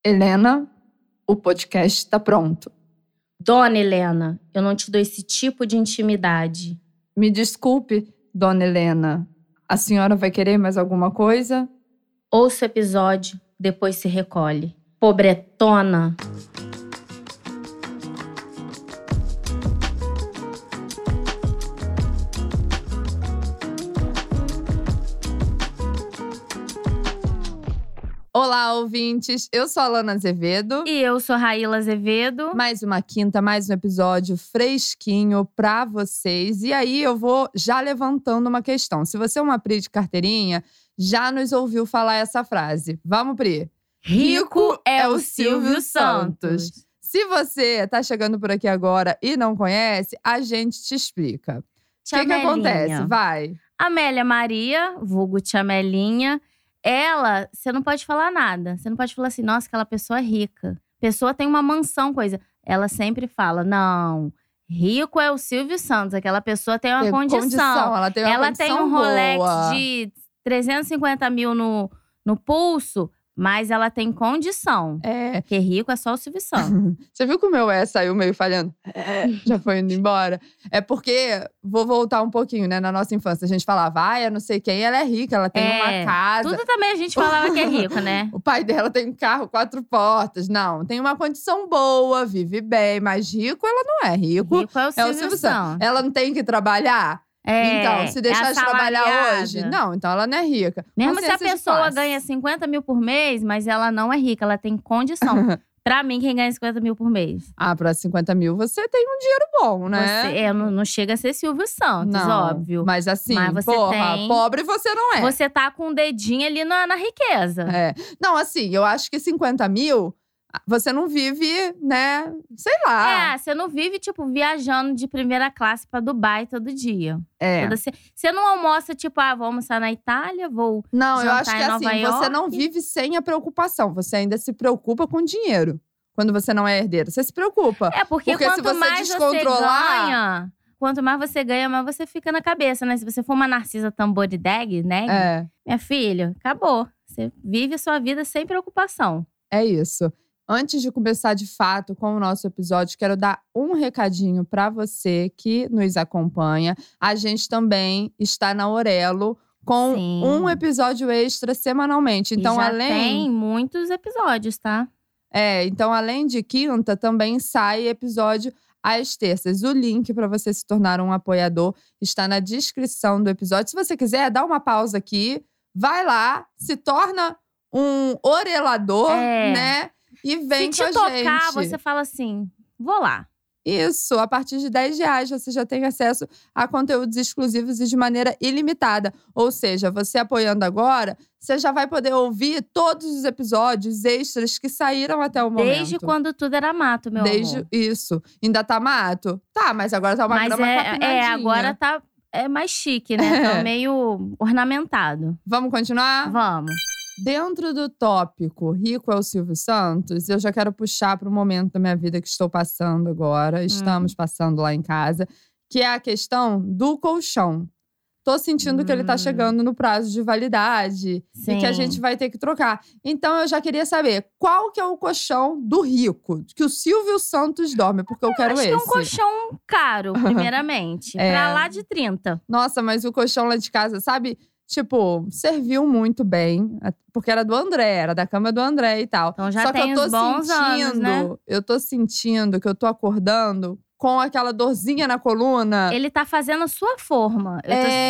Helena, o podcast está pronto. Dona Helena, eu não te dou esse tipo de intimidade. Me desculpe, Dona Helena. A senhora vai querer mais alguma coisa? Ouça o episódio, depois se recolhe. Pobretona! Olá, ouvintes! Eu sou a Alana Azevedo. E eu sou Raíla Azevedo. Mais uma quinta, mais um episódio fresquinho pra vocês. E aí eu vou já levantando uma questão. Se você é uma Pri de carteirinha, já nos ouviu falar essa frase. Vamos, Pri? Rico é o Silvio Santos. Se você tá chegando por aqui agora e não conhece, a gente te explica. O que acontece? Vai. Amélia Maria, vulgo Tia Melinha. Ela, você não pode falar nada. Você não pode falar assim, nossa, aquela pessoa é rica. Pessoa tem uma mansão, coisa. Ela sempre fala, não, rico é o Silvio Santos. Aquela pessoa tem uma condição. Ela tem uma condição tem um Rolex boa. de 350 mil no pulso, mas ela tem condição. É. Porque rico é só o Silvio Santos. Você viu que o meu saiu meio falhando? Já foi indo embora. É porque, vou voltar um pouquinho, né? Na nossa infância, a gente falava, eu não sei quem, ela é rica, ela tem uma casa. Tudo também a gente falava que é rico, né? O pai dela tem um carro 4 portas. Não, tem uma condição boa, vive bem. Mas rico, ela não é. Rico é o Silvio Santos. Ela não tem que trabalhar? Então, se deixar de trabalhar hoje… Não, então ela não é rica. Mesmo se a pessoa ganha 50 mil por mês, mas ela não é rica, ela tem condição. Pra mim, quem ganha 50 mil por mês? Pra 50 mil, você tem um dinheiro bom, né? Não chega a ser Silvio Santos, não, óbvio. Mas assim, você pobre você não é. Você tá com um dedinho ali na riqueza. Não, assim, eu acho que 50 mil… Você não vive, né? Sei lá. Você não vive, tipo, viajando de primeira classe pra Dubai todo dia. Você não almoça, tipo, vou almoçar na Itália, vou Não, eu acho jantar que em Nova assim, York. você não vive sem a preocupação. Você ainda se preocupa com dinheiro. Quando você não é herdeiro, você se preocupa. Porque se quanto você mais descontrolar… você ganha… Quanto mais você ganha, mais você fica na cabeça, né? Se você for uma Narcisa Tamborideg, né? Minha filha, acabou. Você vive a sua vida sem preocupação. É isso. Antes de começar de fato com o nosso episódio, quero dar um recadinho para você que nos acompanha. A gente também está na Aurelo com um episódio extra semanalmente. Então, tem muitos episódios, tá? Então além de quinta, também sai episódio às terças. O link para você se tornar um apoiador está na descrição do episódio. Se você quiser, dá uma pausa aqui, vai lá, se torna um orelador, né? E vem com a gente. Se te tocar, você fala assim, vou lá. Isso, a partir de R$10 você já tem acesso a conteúdos exclusivos e de maneira ilimitada. Ou seja, você apoiando agora, você já vai poder ouvir todos os episódios extras que saíram até o momento. Desde quando tudo era mato, meu amor. Isso. Ainda tá mato? Tá, mas agora tá uma grama capinadinha. Agora tá mais chique, né? Tá meio ornamentado. Vamos continuar? Vamos. Dentro do tópico Rico é o Silvio Santos, eu já quero puxar para o momento da minha vida que estou passando agora. Estamos passando lá em casa. Que é a questão do colchão. Tô sentindo que ele tá chegando no prazo de validade. E que a gente vai ter que trocar. Então, eu já queria saber, qual que é o colchão do rico? Que o Silvio Santos dorme, porque eu quero esse. Acho que é um colchão caro, primeiramente. Pra lá de 30. Nossa, mas o colchão lá de casa, sabe… Tipo, serviu muito bem, porque era do André, era da cama do André e tal. Então já Só tem que eu tô uns bons anos, né? Eu tô sentindo que eu tô acordando com aquela dorzinha na coluna. Ele tá fazendo a sua forma.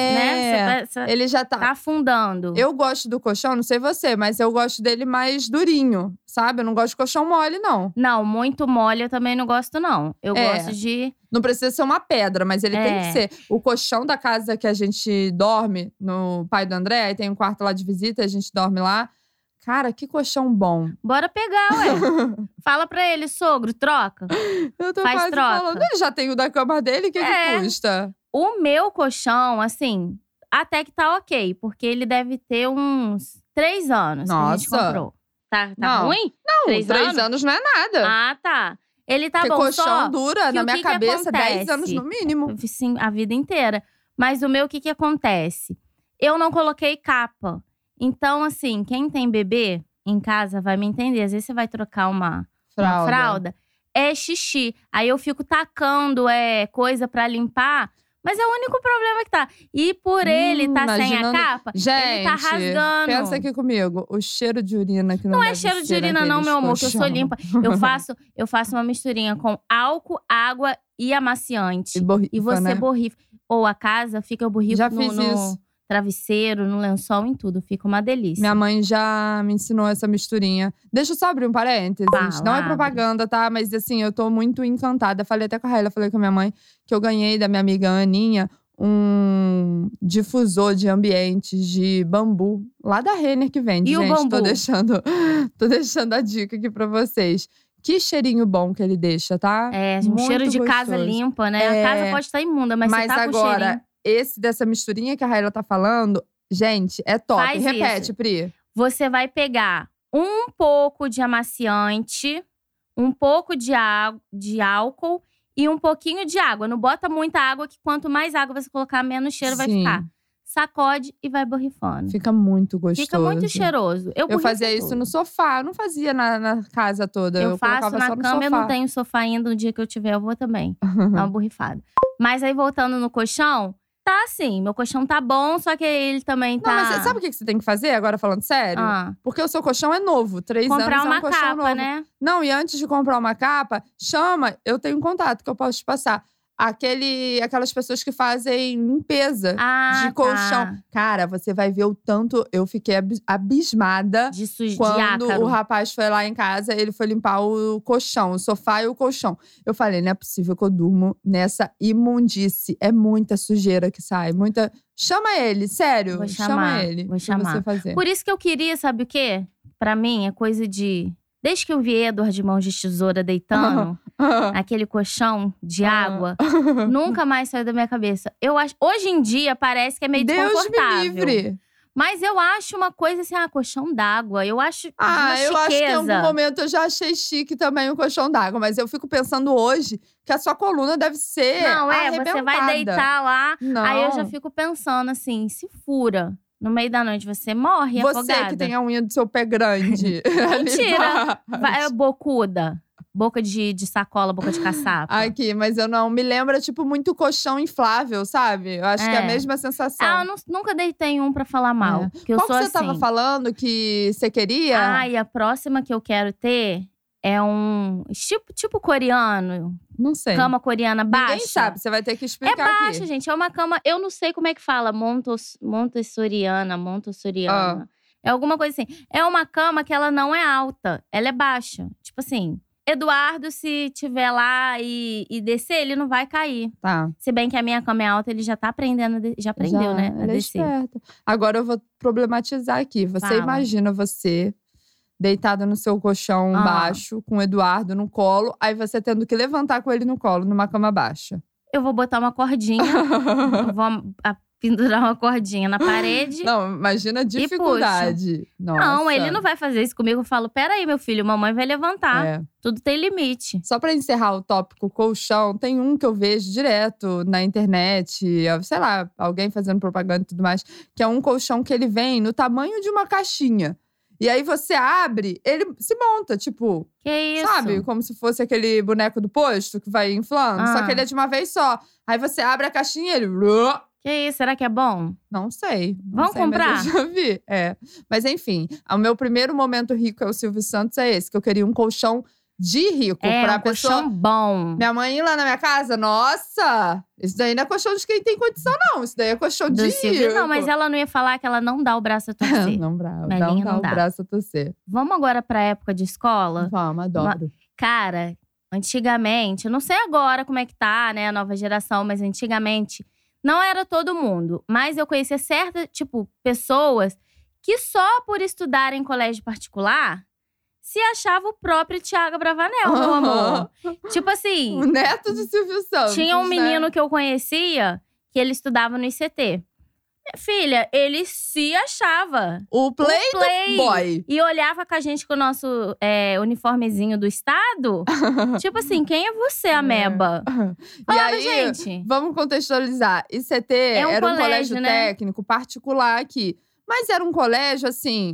Ele já tá… Tá afundando. Eu gosto do colchão, não sei você, mas eu gosto dele mais durinho, sabe? Eu não gosto de colchão mole, não. Não, muito mole eu também não gosto, não. Eu gosto de… Não precisa ser uma pedra, mas ele tem que ser. O colchão da casa que a gente dorme, no pai do André, aí tem um quarto lá de visita, a gente dorme lá. Cara, que colchão bom. Bora pegar, ué. Fala pra ele, sogro, troca. Eu tô Faz quase troca. falando. Ele já tem o da cama dele, o que custa? O meu colchão, assim, até que tá ok. Porque ele deve ter uns 3 anos que a gente comprou. Tá ruim? Não, 3 anos não é nada. Tá. Ele tá porque bom, colchão dura, na minha cabeça, acontece? 10 anos no mínimo. Sim, a vida inteira. Mas o meu, o que acontece? Eu não coloquei capa. Então, assim, quem tem bebê em casa vai me entender. Às vezes você vai trocar uma Fralda. fralda, é xixi. Aí eu fico tacando coisa pra limpar. Mas é o único problema que tá. E por ele tá sem a imaginando- capa, ele tá Gente, rasgando. pensa aqui comigo. O cheiro de urina que não Não é deve cheiro de ser urina não, naqueles meu amor, que eu sou colchão. limpa. Eu faço uma misturinha com álcool, água e amaciante. E borrifa, E você né? borrifa. Ou a casa fica, eu borrifo Já no, fiz no isso. travesseiro, no lençol, em tudo. Fica uma delícia. Minha mãe já me ensinou essa misturinha. Deixa eu só abrir um parênteses. Fala, Não é abre. propaganda, tá? Mas assim, eu tô muito encantada. Falei até com a Raíla, falei com a minha mãe que eu ganhei da minha amiga Aninha um difusor de ambientes de bambu. Lá da Renner que vende, E o gente. bambu? Tô deixando a dica aqui pra vocês. Que cheirinho bom que ele deixa, tá? É, um Muito cheiro de casa gostoso. limpa, né? É. A casa pode estar imunda, mas você tá com agora, cheirinho. esse dessa misturinha que a Raíla tá falando, gente, é top. Faz Repete, isso. Pri. Você vai pegar um pouco de amaciante, um pouco de álcool e um pouquinho de água. Não bota muita água, que quanto mais água você colocar, menos cheiro vai Sim. ficar. Sacode e vai borrifando. Fica muito gostoso. Fica muito cheiroso. Eu Eu borrifo fazia isso tudo. no sofá, eu não fazia na casa toda. Eu faço colocava na só no cama, eu sofá. não tenho sofá ainda. No dia que eu tiver, eu vou também. Dar uma borrifada. Mas aí, voltando no colchão, tá assim. Meu colchão tá bom, só que ele também tá… Não, mas sabe o que você tem que fazer, agora falando sério? Ah, Porque o seu colchão é novo, 3 comprar anos é uma um colchão capa, novo. né? Não, e antes de comprar uma capa, chama, eu tenho um contato que eu posso te passar. Aquelas pessoas que fazem limpeza de colchão. Tá. Cara, você vai ver o tanto… Eu fiquei abismada. De Quando ácaro. o rapaz foi lá em casa, ele foi limpar o colchão, o sofá e o colchão. Eu falei, não é possível que eu durmo nessa imundice. É muita sujeira que sai, muita… Chama ele, sério. Vou Chama chamar, ele vou pra chamar. você fazer. Por isso que eu queria, sabe o quê? Pra mim, é coisa de… Desde que eu vi Edward de mãos de tesoura deitando, aquele colchão de água, nunca mais saiu da minha cabeça. Eu acho… Hoje em dia, parece que é meio Deus desconfortável. me livre. Mas eu acho uma coisa assim, colchão d'água. Eu acho uma Eu acho que em chiqueza. algum momento eu já achei chique também o colchão d'água. Mas eu fico pensando hoje que a sua coluna deve ser Não, você arrebentada. vai deitar lá, Não. aí eu já fico pensando assim, se fura. No meio da noite você morre Você afogada. que tem a unha do seu pé grande. ali Mentira. embaixo. Bocuda. Boca de sacola, boca de caçapa. Aqui, mas eu não… Me lembra, tipo, muito colchão inflável, sabe? Eu acho que é a É. mesma sensação. Eu nunca deitei em um pra falar mal. É. Porque eu Qual sou que você assim. tava falando que você queria? E a próxima que eu quero ter é um… Tipo coreano. Não sei. Cama coreana baixa. Ninguém sabe, você vai ter que É explicar baixa, aqui. gente. É uma cama… Eu não sei como é que fala. Montessoriana. É alguma coisa assim. É uma cama que ela não é alta. Ela é baixa. Tipo assim… Eduardo, se tiver lá e descer, ele não vai cair. Tá. Se bem que a minha cama é alta, ele já tá aprendendo. Já aprendeu, né? A Ela é descer. esperta. Agora eu vou problematizar aqui. Você Fala. imagina você deitada no seu colchão baixo, com o Eduardo no colo, aí você tendo que levantar com ele no colo, numa cama baixa. Eu vou botar uma cordinha. Eu vou pendurar uma cordinha na parede. Não, imagina a dificuldade. Não, ele não vai fazer isso comigo. Eu falo, peraí, meu filho, mamãe vai levantar. É. Tudo tem limite. Só pra encerrar o tópico colchão, tem um que eu vejo direto na internet, sei lá, alguém fazendo propaganda e tudo mais, que é um colchão que ele vem no tamanho de uma caixinha. E aí você abre, ele se monta, tipo, Que isso? sabe? Como se fosse aquele boneco do posto que vai inflando. Só que ele é de uma vez só. Aí você abre a caixinha e ele… Que isso? Será que é bom? Não sei. Não Vamos sei, comprar? Mas eu já vi. Mas enfim, o meu primeiro momento rico é o Silvio Santos, é esse. Que eu queria um colchão de rico. Pra Um pessoa… colchão bom. Minha mãe ir lá na minha casa, nossa! Isso daí não é colchão de quem tem condição, não. Isso daí é colchão Do de Silvio, rico. não, mas ela não ia falar que ela não dá o braço a torcer. Não, bravo. Melinha Dá não o dá. braço a torcer. Vamos agora pra época de escola? Vamos, adoro. Cara, antigamente, eu não sei agora como é que tá, né, a nova geração, mas antigamente não era todo mundo. Mas eu conhecia certas, pessoas que só por estudar em colégio particular se achava o próprio Thiago Bravanel, meu amor. Tipo assim, O neto de Silvio Santos. tinha um né? menino que eu conhecia que ele estudava no ICT. Minha filha, ele se achava O play, Play. do boy. e olhava com a gente com o nosso uniformezinho do estado. Tipo assim, quem é você, ameba? E Falava, aí, gente. vamos contextualizar. ICT É um era um colégio, colégio né? técnico particular aqui. Mas era um colégio, assim…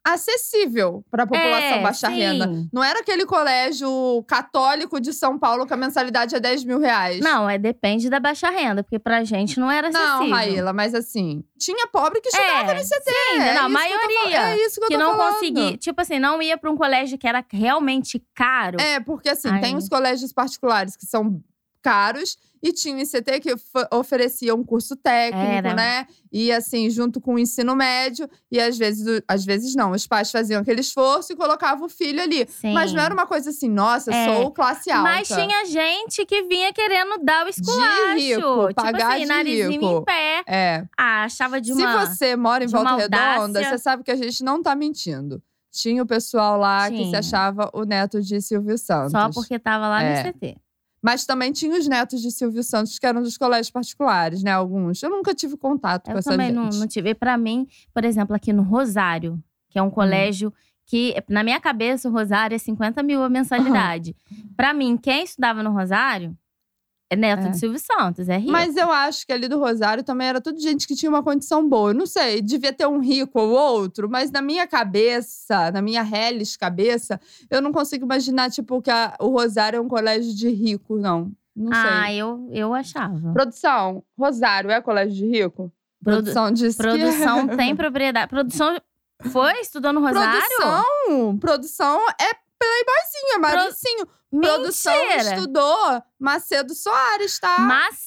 acessível pra população baixa sim. renda. Não era aquele colégio católico de São Paulo que a mensalidade é 10 mil reais. Não, depende da baixa renda, porque pra gente não era acessível. Não, Raíla, mas assim, tinha pobre que estudava no ICT. Sim, não, a maioria. É isso que eu tô não falando. conseguia, tipo assim, não ia pra um colégio que era realmente caro. Porque assim, tem os colégios particulares que são caros e tinha o ICT que oferecia um curso técnico, né? E assim, junto com o ensino médio. E às vezes não, os pais faziam aquele esforço e colocavam o filho ali. Sim. Mas não era uma coisa assim, nossa, sou classe alta. Mas tinha gente que vinha querendo dar o esculacho. De rico, pagar tipo assim, de narizinho rico. em pé. Achava de uma… Se você mora em de Volta uma Redonda, audácia. você sabe que a gente não tá mentindo. Tinha o pessoal lá que se achava o neto de Silvio Santos. Só porque tava lá no ICT. Mas também tinha os netos de Silvio Santos, que eram dos colégios particulares, né? Alguns. Eu nunca tive contato com essa gente. Eu também não tive. E pra mim, por exemplo, aqui no Rosário, que é um colégio que… Na minha cabeça, o Rosário é 50 mil a mensalidade. Pra mim, quem estudava no Rosário… É neto de Silvio Santos, é rico. Mas eu acho que ali do Rosário também era tudo gente que tinha uma condição boa. Eu não sei, devia ter um rico ou outro, mas na minha cabeça, na minha reles cabeça, eu não consigo imaginar, tipo, que o Rosário é um colégio de rico, não. Não sei. Eu achava. Produção, Rosário é colégio de rico? Produção disse Produção tem propriedade. Produção estudou no Rosário? Produção é playboyzinho, é Mauricinho. Produção estudou Macedo Soares, tá?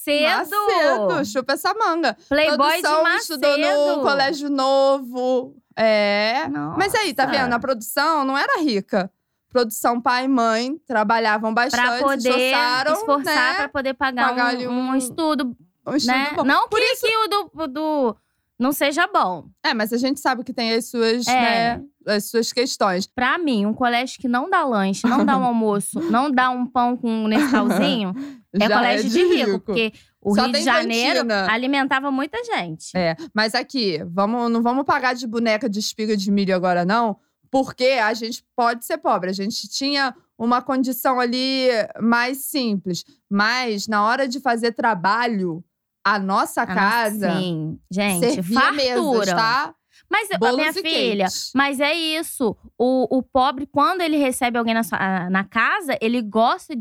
Macedo, chupa essa manga. Playboy produção de Macedo. Estudou no Colégio Novo. Nossa. Mas aí, tá vendo? A produção não era rica. Produção pai e mãe trabalhavam bastante, pra poder esforçar, né? Pra poder pagar um estudo. Um estudo né? bom. Não que o do não seja bom. Mas a gente sabe que tem as suas, né, as suas questões. Pra mim, um colégio que não dá lanche, não dá um almoço, não dá um pão com um Nescauzinho, é colégio de rico. Porque o Rio de Janeiro alimentava muita gente. Mas aqui, não vamos pagar de boneca de espiga de milho agora, não. Porque a gente pode ser pobre. A gente tinha uma condição ali mais simples. Mas, na hora de fazer trabalho, a nossa casa… Sim, gente, servia fartura. Mesas, tá? Mas, minha filha, mas é isso. O pobre, quando ele recebe alguém na casa, ele gosta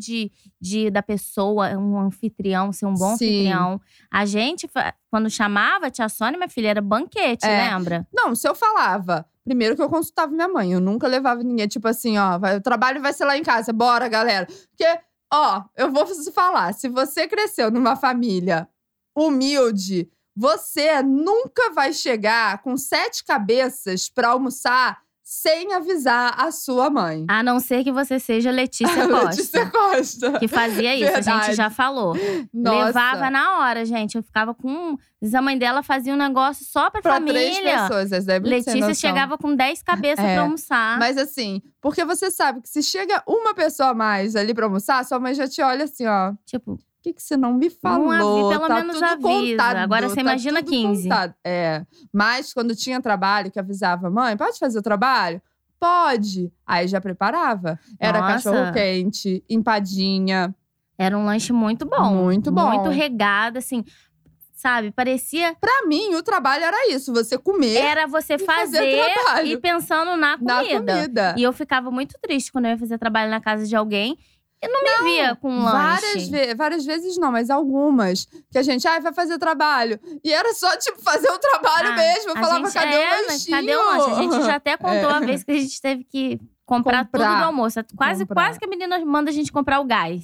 da pessoa, um anfitrião, ser um bom anfitrião. A gente, quando chamava Tia Sônia, minha filha, era banquete, lembra? Não, se eu falava… Primeiro que eu consultava minha mãe. Eu nunca levava ninguém, tipo assim, o trabalho vai ser lá em casa. Bora, galera. Porque, eu vou falar. Se você cresceu numa família humilde, você nunca vai chegar com 7 cabeças pra almoçar sem avisar a sua mãe. A não ser que você seja Letícia Costa. Letícia Costa. Que fazia isso, Verdade. a gente já falou. Nossa. Levava na hora, gente. Eu ficava com… Às vezes a mãe dela fazia um negócio só pra família. 3 pessoas, essa é muito sem Letícia noção. chegava com 10 cabeças pra almoçar. Mas assim, porque você sabe que se chega uma pessoa a mais ali pra almoçar, sua mãe já te olha assim, ó. Tipo… Por que você não me falou? Pelo menos tudo avisa. Contado, Agora você imagina 15. Contado. Mas quando tinha trabalho, que avisava, mãe, pode fazer o trabalho? Pode. Aí já preparava. Era cachorro-quente, empadinha. Era um lanche muito bom. Muito bom. Muito regado, assim… Sabe, parecia… Pra mim, o trabalho era isso. Você comer. Era você fazer e pensando na comida. E eu ficava muito triste quando eu ia fazer trabalho na casa de alguém. Eu não me via com lanche. Várias vezes não, mas algumas. Que a gente, vai fazer trabalho. E era só, tipo, fazer o trabalho mesmo. Eu falava, cadê o lanchinho? Cadê o lanche? A gente já até contou a vez que a gente teve que comprar tudo do almoço. Quase que a menina manda a gente comprar o gás.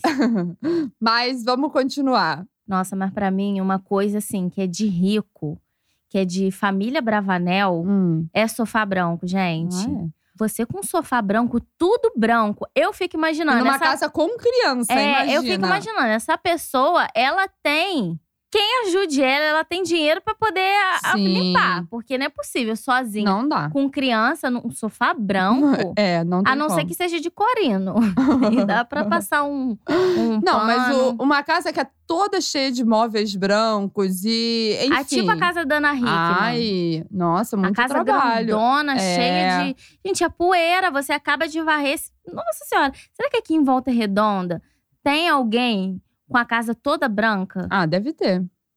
Mas vamos continuar. Nossa, mas pra mim, uma coisa assim, que é de rico, que é de família Bravanel, é sofá branco, gente. Você com um sofá branco, tudo branco. Eu fico imaginando… Numa casa com criança, imagina. Eu fico imaginando. Essa pessoa, ela tem… Quem ajude ela tem dinheiro pra poder limpar. Porque não é possível, sozinha. Não dá. Com criança, num sofá branco. Não tem a não como. ser que seja de corino. E dá pra passar um Não, pano. mas uma casa que é toda cheia de móveis brancos e… Enfim. Tipo a casa da Ana Hickman. Nossa, muito trabalho. A casa grandona, cheia de… Gente, a poeira, você acaba de varrer… Nossa Senhora, será que aqui em Volta Redonda tem alguém… com a casa toda branca? Deve ter.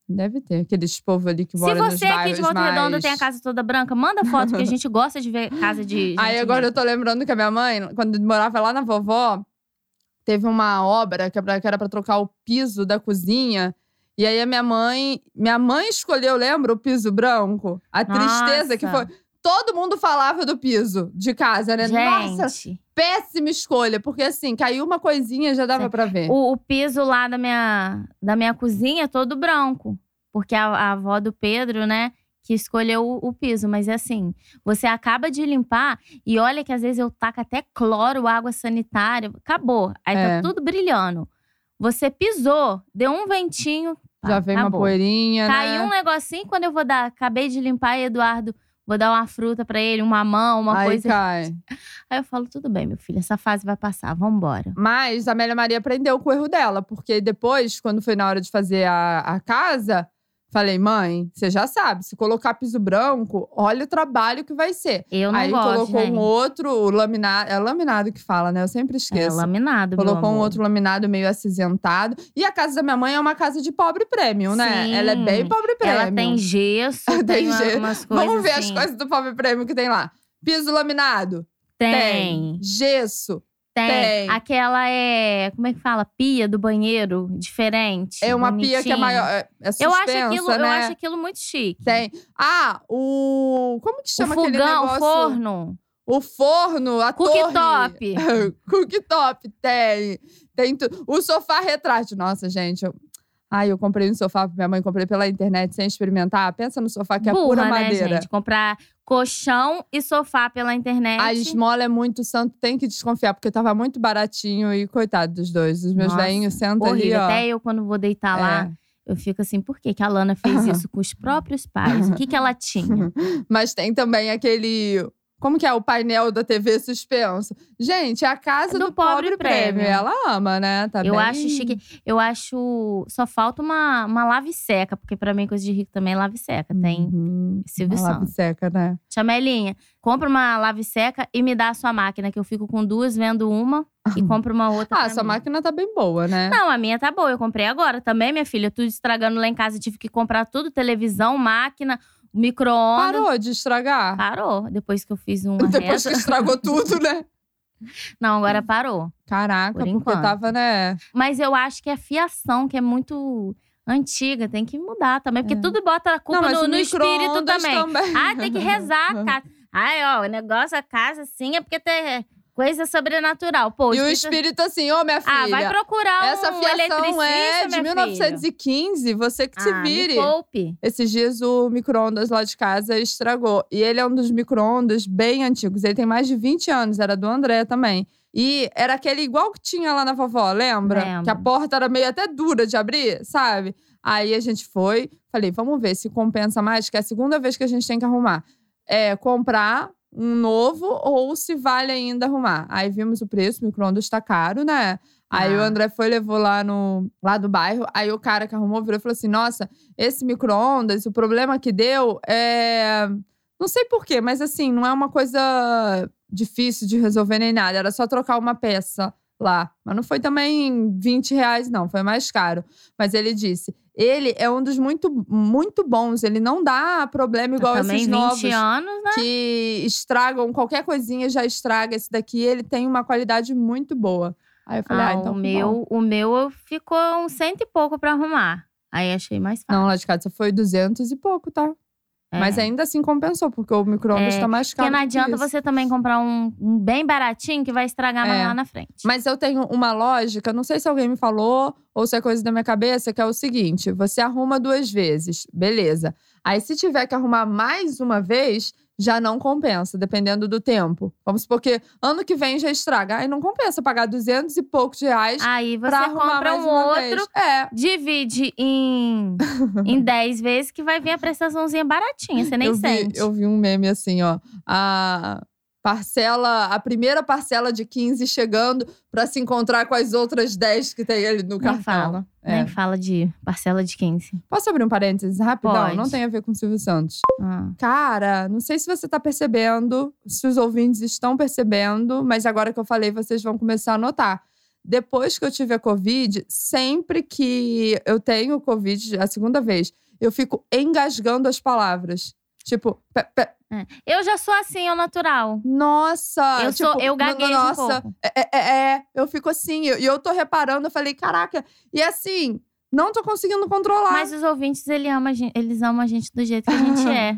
deve ter. Aqueles povo ali que Se mora nos você aqui bairros de Volta Redonda mais... tem a casa toda branca, manda foto, que a gente gosta de ver casa de gente Aí agora eu tô lembrando que a minha mãe, quando morava lá na vovó, teve uma obra que era pra trocar o piso da cozinha. E aí a minha mãe escolheu, lembra, o piso branco? A tristeza que foi. Todo mundo falava do piso de casa, né? Gente. Nossa, péssima escolha. Porque assim, caiu uma coisinha, já dava pra ver. O piso lá da minha cozinha é todo branco. Porque a avó do Pedro, né, que escolheu o piso. Mas é assim, você acaba de limpar e olha que às vezes eu taco até cloro, água sanitária. Acabou. Aí tá tudo brilhando. Você pisou, deu um ventinho. Já veio uma poeirinha, Caiu né? um negocinho, quando eu vou dar… Acabei de limpar e Eduardo… Vou dar uma fruta pra ele, uma mamão, uma coisa. Cai. Aí eu falo, tudo bem, meu filho, essa fase vai passar, vambora. Mas a Amélia Maria aprendeu com o erro dela. Porque depois, quando foi na hora de fazer a casa… Falei, mãe, você já sabe, se colocar piso branco, olha o trabalho que vai ser. Eu não Aí gosto, colocou gente. um outro laminado. É laminado que fala, né? Eu sempre esqueço. É laminado, meu Colocou um amor. outro laminado meio acinzentado. E a casa da minha mãe é uma casa de pobre premium, né? Sim. Ela é bem pobre premium. Ela tem gesso, tem umas coisas Vamos ver assim. as coisas do pobre premium que tem lá. Piso laminado? Tem. Gesso? Tem. Aquela é… Como é que fala? Pia do banheiro, diferente. É uma bonitinha. pia que é maior. É suspensa, eu né? acho aquilo muito chique. Tem. Ah, como que chama o aquele fogão, negócio? o forno. O forno, a torre. Cooktop. Cooktop, tem tudo. O sofá retrátil. Nossa, gente. Eu comprei um sofá pra minha mãe. Comprei pela internet sem experimentar. Pensa no sofá que é pura madeira. Né, gente? Comprar colchão e sofá pela internet. A esmola é muito santo. Tem que desconfiar. Porque tava muito baratinho. E coitado dos dois. Os meus velhinhos sentam ali, ó. Até eu, quando vou deitar lá… Eu fico assim, por que a Lana fez isso com os próprios pais? O que ela tinha? Mas tem também aquele… Como que é? O painel da TV suspenso. Gente, é a casa do pobre prêmio. Ela ama, né? Tá eu bem… acho chique. Eu acho… Só falta uma lave seca. Porque pra mim, coisa de rico também é lave seca. Tem Silvio uma lave Santos. seca, né? Chamelinha, compra uma lave seca e me dá a sua máquina. Que eu fico com duas, vendo uma. E compro uma outra pra sua mim. máquina tá bem boa, né? Não, a minha tá boa. Eu comprei agora também, minha filha. Tudo estragando lá em casa. Tive que comprar tudo. Televisão, máquina… Micro-ondas. Parou de estragar? Parou. Depois que eu fiz uma Depois reza. que estragou tudo, né? Não, agora parou. Caraca, Por porque enquanto. tava, né? Mas eu acho que a fiação, que é muito antiga, tem que mudar também. Porque tudo bota a culpa mas no espírito micro-ondas também. Tem que rezar a casa. O negócio, a casa, assim, é porque tem coisa sobrenatural. Pô, E o espírito assim, minha filha… vai procurar essa fiação eletricista, é de minha 1915, você que se vire. Me poupe. Esses dias o micro-ondas lá de casa estragou. E ele é um dos micro-ondas bem antigos. Ele tem mais de 20 anos, era do André também. E era aquele igual que tinha lá na vovó, lembra? Lembro. Que a porta era meio até dura de abrir, sabe? Aí a gente foi, falei, vamos ver se compensa mais, que é a segunda vez que a gente tem que arrumar. Comprar um novo ou se vale ainda arrumar. Aí vimos o preço, o micro-ondas tá caro, né? Aí o André levou lá do bairro. Aí o cara que arrumou virou e falou assim, nossa, esse micro-ondas, o problema que deu é… Não sei porquê, mas assim, não é uma coisa difícil de resolver nem nada. Era só trocar uma peça lá. Mas não foi também R$20, não. Foi mais caro. Mas ele disse… Ele é um dos muito, muito bons. Ele não dá problema igual esses novos. 20 anos, né? Que estragam, qualquer coisinha já estraga. Esse daqui, ele tem uma qualidade muito boa. Aí eu falei, então o meu ficou uns 100 e pouco pra arrumar. Aí achei mais fácil. Não, lá de casa foi 200 e pouco, tá? Mas ainda assim compensou, porque o micro-ondas tá mais caro. Porque não adianta você também comprar um bem baratinho que vai estragar lá na frente. Mas eu tenho uma lógica, não sei se alguém me falou ou se é coisa da minha cabeça, que é o seguinte: você arruma 2 vezes, beleza. Aí se tiver que arrumar mais uma vez, já não compensa, dependendo do tempo. Vamos supor que ano que vem já estraga. Aí não compensa pagar 200 e poucos reais. Aí você pra arrumar compra mais um uma outro, vez. divide em 10 vezes que vai vir a prestaçãozinha baratinha, você nem sente. Eu vi um meme assim, ó. A primeira parcela de 15 chegando pra se encontrar com as outras 10 que tem ali no cartão. Nem fala de parcela de 15. Posso abrir um parênteses rapidão? Pode. Não tem a ver com o Silvio Santos. Cara, não sei se você tá percebendo, se os ouvintes estão percebendo, mas agora que eu falei, vocês vão começar a notar. depois que eu tive a Covid, sempre que eu tenho Covid, a segunda vez, eu fico engasgando as palavras. Tipo, Eu já sou assim, ao natural. nossa! Eu gaguejo um nossa, pouco. eu fico assim. E eu tô reparando, eu falei, caraca. E assim, não tô conseguindo controlar. Mas os ouvintes, eles amam a gente do jeito que a gente é.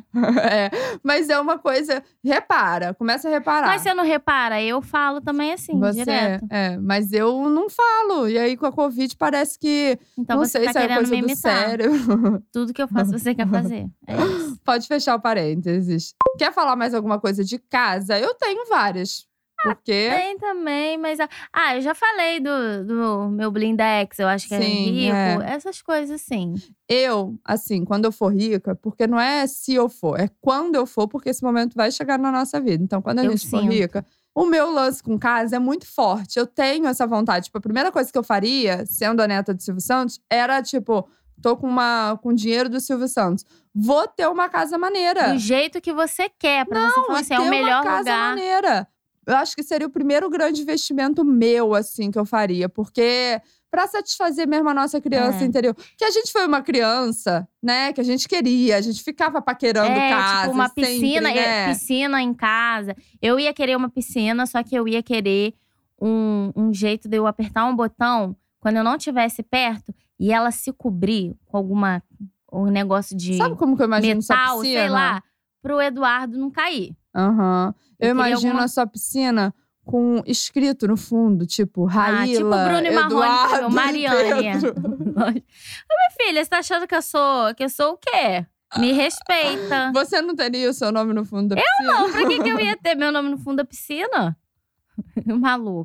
Mas é uma coisa… Repara, começa a reparar. Mas você não repara? Eu falo também assim, direto. Mas eu não falo. E aí, com a Covid, parece que… Então não você sei tá se é querendo coisa me do imitar. cérebro. Tudo que eu faço, você quer fazer. É isso. Pode fechar o parênteses. Quer falar mais alguma coisa de casa? Eu tenho várias. Porque… Tem também, mas… eu já falei do meu blindex, eu acho que Sim, é rico. Essas coisas, sim. Eu, assim, quando eu for rica, porque não é se eu for, é quando eu for, porque esse momento vai chegar na nossa vida. Então, quando a gente for rica, o meu lance com casa é muito forte. Eu tenho essa vontade. Tipo, a primeira coisa que eu faria, sendo a neta do Silvio Santos, era, tipo… Tô com dinheiro do Silvio Santos. Vou ter uma casa maneira. Do jeito que você quer, pra você falar assim, é o ter melhor uma casa lugar. maneira. Eu acho que seria o primeiro grande investimento meu, assim, que eu faria. Porque pra satisfazer mesmo a nossa criança interior. Que a gente foi uma criança, né? Que a gente queria. A gente ficava paquerando casa. Tipo uma piscina, sempre, né? piscina em casa. Eu ia querer uma piscina, só que eu ia querer um jeito de eu apertar um botão quando eu não estivesse perto e ela se cobrir com um negócio de Sabe como que eu imagino metal, sua piscina? sei lá, pro Eduardo não cair. Aham. Eu imagino a sua piscina com escrito no fundo, tipo, Raíla, tipo Bruno e Marrone, Eduardo Mariane. e Pedro. Minha filha, você tá achando que eu sou o quê? Me respeita. Você não teria o seu nome no fundo da piscina? Não, pra que eu ia ter meu nome no fundo da piscina? Maluco.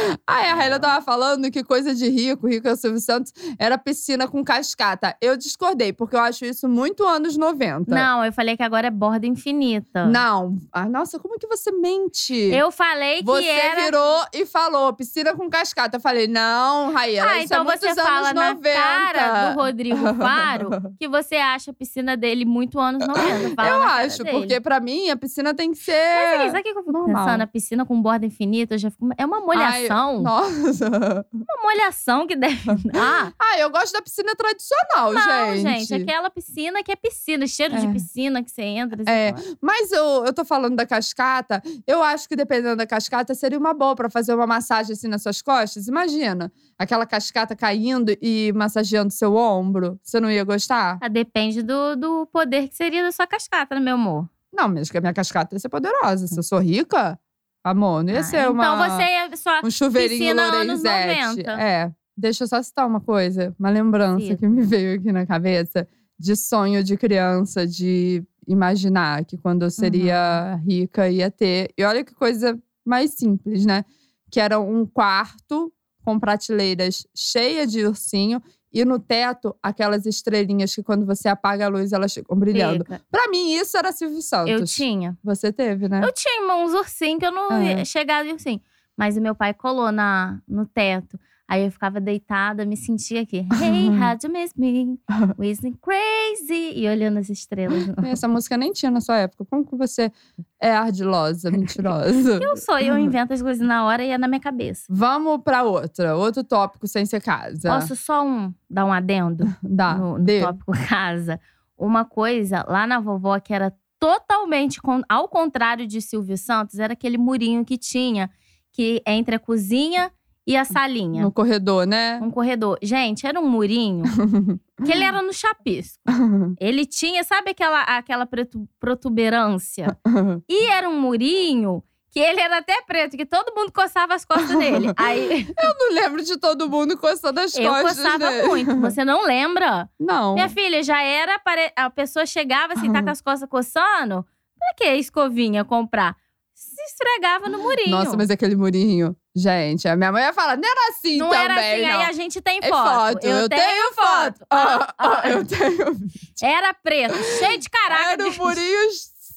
A Raíla tava falando que coisa de rico é o Silvio Santos, era piscina com cascata. Eu discordei, porque eu acho isso muito anos 90. Não, eu falei que agora é borda infinita. Não. Nossa, como que você mente? Eu falei que era… Você virou e falou, piscina com cascata. Eu falei, não, Raíla, isso então é muitos você anos fala 90. na cara do Rodrigo Faro que você acha a piscina dele muito anos 90. Fala eu na cara acho, dele. porque pra mim a piscina tem que ser… Mas sabe o que eu fico normal. pensando? A piscina com borda infinita, eu já fico… É uma molhação. Nossa. Uma molhação que deve dar. Eu gosto da piscina tradicional, Não, gente. aquela piscina que é piscina. Cheiro de piscina que você entra. Mas eu tô falando da cascata. Eu acho que dependendo da cascata, seria uma boa pra fazer uma massagem assim nas suas costas. Imagina, aquela cascata caindo e massageando seu ombro. Você não ia gostar? Depende do poder que seria da sua cascata, né, meu amor? Não, mas que a minha cascata ia ser poderosa. Se eu sou rica… Amor, não ia ser então você é só um chuveirinho piscina anos Lorenzetti. 90. Deixa eu só citar uma coisa. Uma lembrança que me veio aqui na cabeça. De sonho de criança, de imaginar que quando eu seria rica ia ter… E olha que coisa mais simples, né? Que era um quarto com prateleiras cheias de ursinho. E no teto, aquelas estrelinhas que quando você apaga a luz, elas ficam brilhando. Pra mim, isso era Silvio Santos. Eu tinha. Você teve, né? Eu tinha uns ursinhos que eu não ia chegar de ursinho. Mas o meu pai colou no teto. Aí eu ficava deitada, me sentia aqui. Hey, how do you miss me? Wasn't crazy. E olhando as estrelas. Essa música nem tinha na sua época. Como que você é ardilosa, mentirosa? Eu invento as coisas na hora e é na minha cabeça. Vamos pra outro tópico sem ser casa. Posso só dar um adendo? Dá. No tópico casa. Uma coisa, lá na vovó, que era totalmente ao contrário de Silvio Santos, era aquele murinho que tinha, que é entre a cozinha e a salinha. No corredor, né? Um corredor. Gente, era um murinho que ele era no chapisco. Ele tinha, sabe aquela protuberância? E era um murinho que ele era até preto, que todo mundo coçava as costas dele. Aí, eu não lembro de todo mundo coçando as costas eu coçava dele. muito. Você não lembra? Não. Minha filha, já era… A pessoa chegava assim, tá com as costas coçando. Pra que escovinha comprar? Se esfregava no murinho. Nossa, mas aquele murinho… Gente, a minha mãe ia falar, não era assim não também, era assim, não. aí a gente tem É foto. Eu tenho foto. Eu tenho… Era preto, cheio de caráter. Era um murinho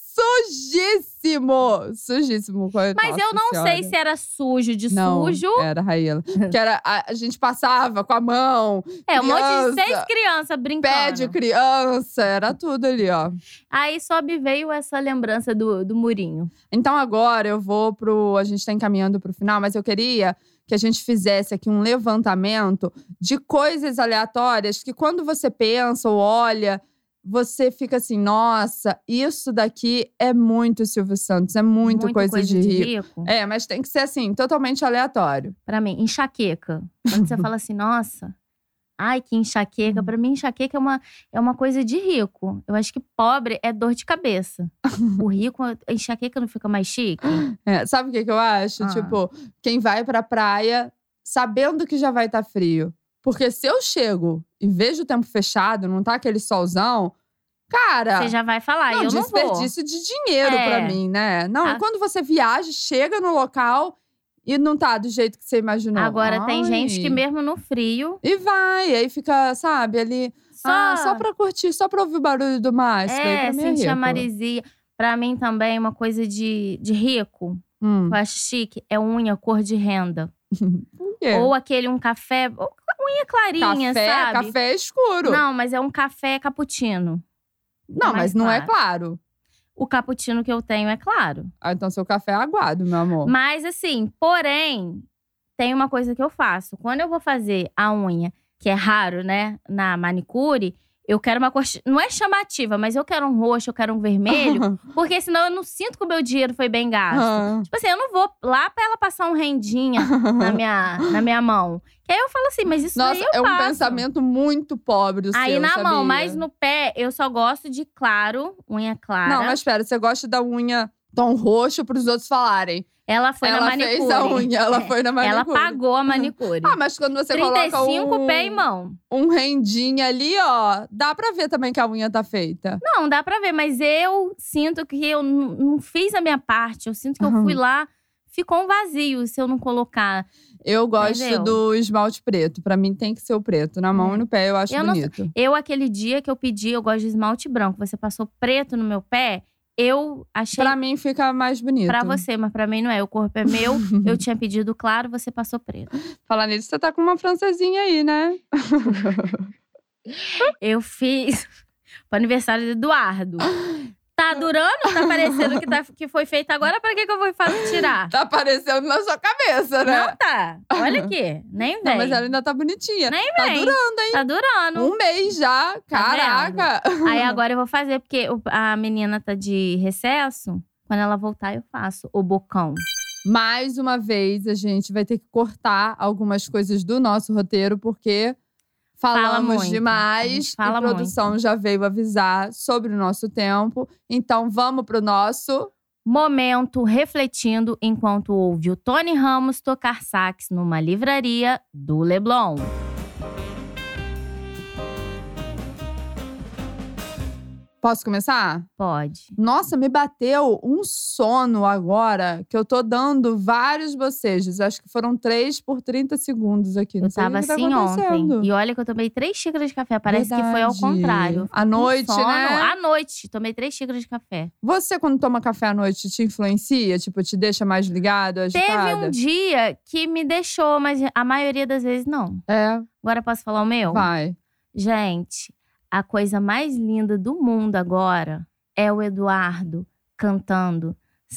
sujíssimo. Mas eu não sei se era sujo de sujo. Era, Raíla. Que era, a gente passava com a mão. Um monte de 6 crianças brincando. Pé de criança, era tudo ali, ó. Aí só me veio essa lembrança do murinho. Então agora eu vou a gente tá encaminhando pro final, mas eu queria que a gente fizesse aqui um levantamento de coisas aleatórias que quando você pensa ou olha, você fica assim, nossa, isso daqui é muito Silvio Santos, é muito coisa de rico. É, mas tem que ser assim, totalmente aleatório. Pra mim, enxaqueca. Quando você fala assim, nossa… Ai, que enxaqueca. Pra mim, enxaqueca é uma coisa de rico. Eu acho que pobre é dor de cabeça. O rico, a enxaqueca não fica mais chique? Sabe o que eu acho? Tipo, quem vai pra praia sabendo que já vai estar frio. Porque se eu chego e vejo o tempo fechado, não tá aquele solzão… Cara… Você já vai falar, eu não vou. Desperdício de dinheiro pra mim, né? Não, e quando você viaja, chega no local… E não tá do jeito que você imaginou. Agora, tem gente que mesmo no frio… E vai, aí fica, sabe, ali… Só pra curtir, só pra ouvir o barulho do mar. Isso daí pra mim sentir rico. a maresia. Pra mim também, uma coisa de rico, que eu acho chique, é unha cor de renda. Por quê? Ou aquele unha clarinha, sabe? Café escuro. Não, mas é um café cappuccino. Não, mas não é claro. O cappuccino que eu tenho é claro. Então seu café é aguado, meu amor. Mas assim, porém, tem uma coisa que eu faço. Quando eu vou fazer a unha, que é raro, né, na manicure, eu quero uma cor… Não é chamativa, mas eu quero um roxo, eu quero um vermelho. Porque senão eu não sinto que o meu dinheiro foi bem gasto. Tipo assim, eu não vou lá pra ela passar um rendinha na minha mão. Que aí eu falo assim, mas isso daí eu é um passo. pensamento muito pobre o aí seu, na sabia? mão, mas no pé, eu só gosto de claro, unha clara. Não, mas espera, você gosta da unha tom roxo pros outros falarem. Ela foi na manicure. Ela fez a unha, ela foi na manicure. Ela pagou a manicure. Mas quando você coloca 35 pé e mão. Um rendinho ali, ó, dá pra ver também que a unha tá feita. Não, dá pra ver, mas eu sinto que eu não fiz a minha parte. Eu sinto que eu fui lá, ficou um vazio se eu não colocar. Eu gosto do esmalte preto. Pra mim tem que ser o preto. Na mão e no pé eu acho bonito. Aquele dia que eu pedi, eu gosto de esmalte branco. Você passou preto no meu pé… Eu achei… Pra mim fica mais bonito. Pra você, mas pra mim não é. O corpo é meu, eu tinha pedido claro, você passou preto. Falar nisso, você tá com uma francesinha aí, né? Eu fiz pro aniversário do Eduardo. Tá durando? Tá parecendo que foi feito agora? Pra que eu vou tirar? Tá aparecendo na sua cabeça, né? Não tá. Olha aqui. Nem vem. Não, mas ela ainda tá bonitinha. Nem tá vem. Durando, hein? Tá durando. Um mês já. Caraca. Aí agora eu vou fazer, porque a menina tá de recesso. Quando ela voltar, eu faço o bocão. Mais uma vez, a gente vai ter que cortar algumas coisas do nosso roteiro, porque… Falamos demais. A produção já veio avisar sobre o nosso tempo. Então, vamos pro nosso… Momento refletindo enquanto ouve o Tony Ramos tocar sax numa livraria do Leblon. Posso começar? Pode. Nossa, me bateu um sono agora, que eu tô dando vários bocejos. Acho que foram 3 por 30 segundos aqui. Não sei tava o que tá assim acontecendo. ontem. E olha que eu tomei 3 xícaras de café. Parece que foi ao contrário. À noite, né? À noite. Tomei 3 xícaras de café. Você, quando toma café à noite, te influencia? Tipo, te deixa mais ligado, agitada? Teve um dia que me deixou, mas a maioria das vezes não. Agora posso falar o meu? Vai. Gente… A coisa mais linda do mundo agora é o Eduardo cantando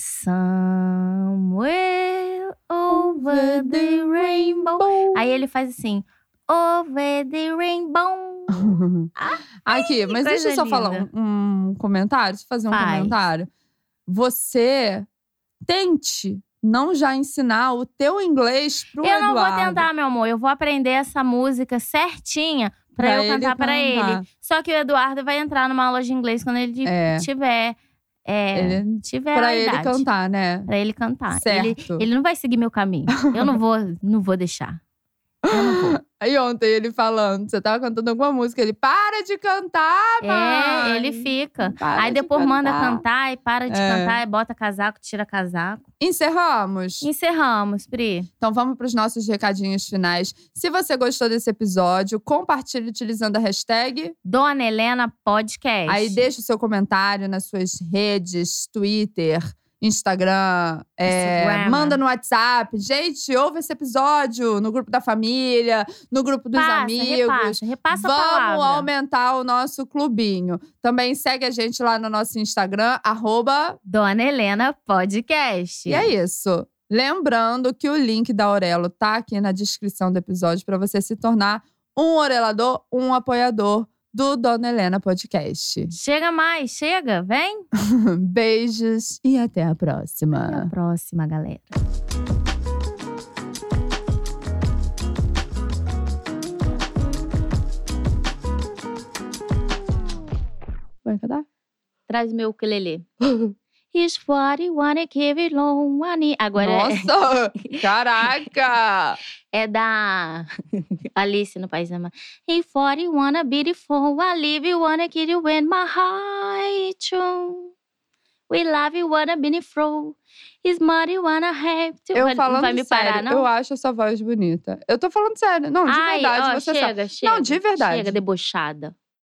Somewhere Over the Rainbow. Aí ele faz assim, Over the Rainbow. Aqui, mas deixa eu só falar um comentário. Deixa eu fazer um comentário. Você tente não já ensinar o teu inglês pro Eduardo. Eu não vou tentar, meu amor. Eu vou aprender essa música certinha pra eu cantar pra ele. Só que o Eduardo vai entrar numa aula de inglês quando ele tiver pra ele cantar, né? Pra ele cantar. Certo. Ele não vai seguir meu caminho. Eu não vou deixar. Eu não vou. Aí ontem ele falando, você tava cantando alguma música, ele para de cantar, mãe. Ele fica. Aí depois manda cantar e para de cantar, e bota casaco, tira casaco. Encerramos? Encerramos, Pri. Então vamos pros nossos recadinhos finais. Se você gostou desse episódio, compartilhe utilizando a hashtag Dona Helena Podcast. Aí deixa o seu comentário nas suas redes, Twitter, Instagram, manda no WhatsApp. Gente, ouve esse episódio no grupo da família, no grupo dos amigos. Repassa a palavra. Vamos aumentar o nosso clubinho. Também segue a gente lá no nosso Instagram, @Dona Helena Podcast. E é isso. Lembrando que o link da Aurelo tá aqui na descrição do episódio para você se tornar um orelador, um apoiador do Dona Helena Podcast. Chega mais, chega, vem. Beijos e até a próxima. Até a próxima, galera. Vai cantar? Traz meu ukulele. It's what you wanna give it long money. Agora Nossa! Caraca! é da Alice no País da Maravilha. If what you wanna beautiful, I live you wanna give you in my heart. We love you wanna be fro. Is money wanna have to. Eu Não falando vai me sério, parar, não? eu acho essa voz bonita. Eu tô falando sério. Não, de Ai, verdade. ó, você chega, chega. Não, de verdade. Chega, debochada.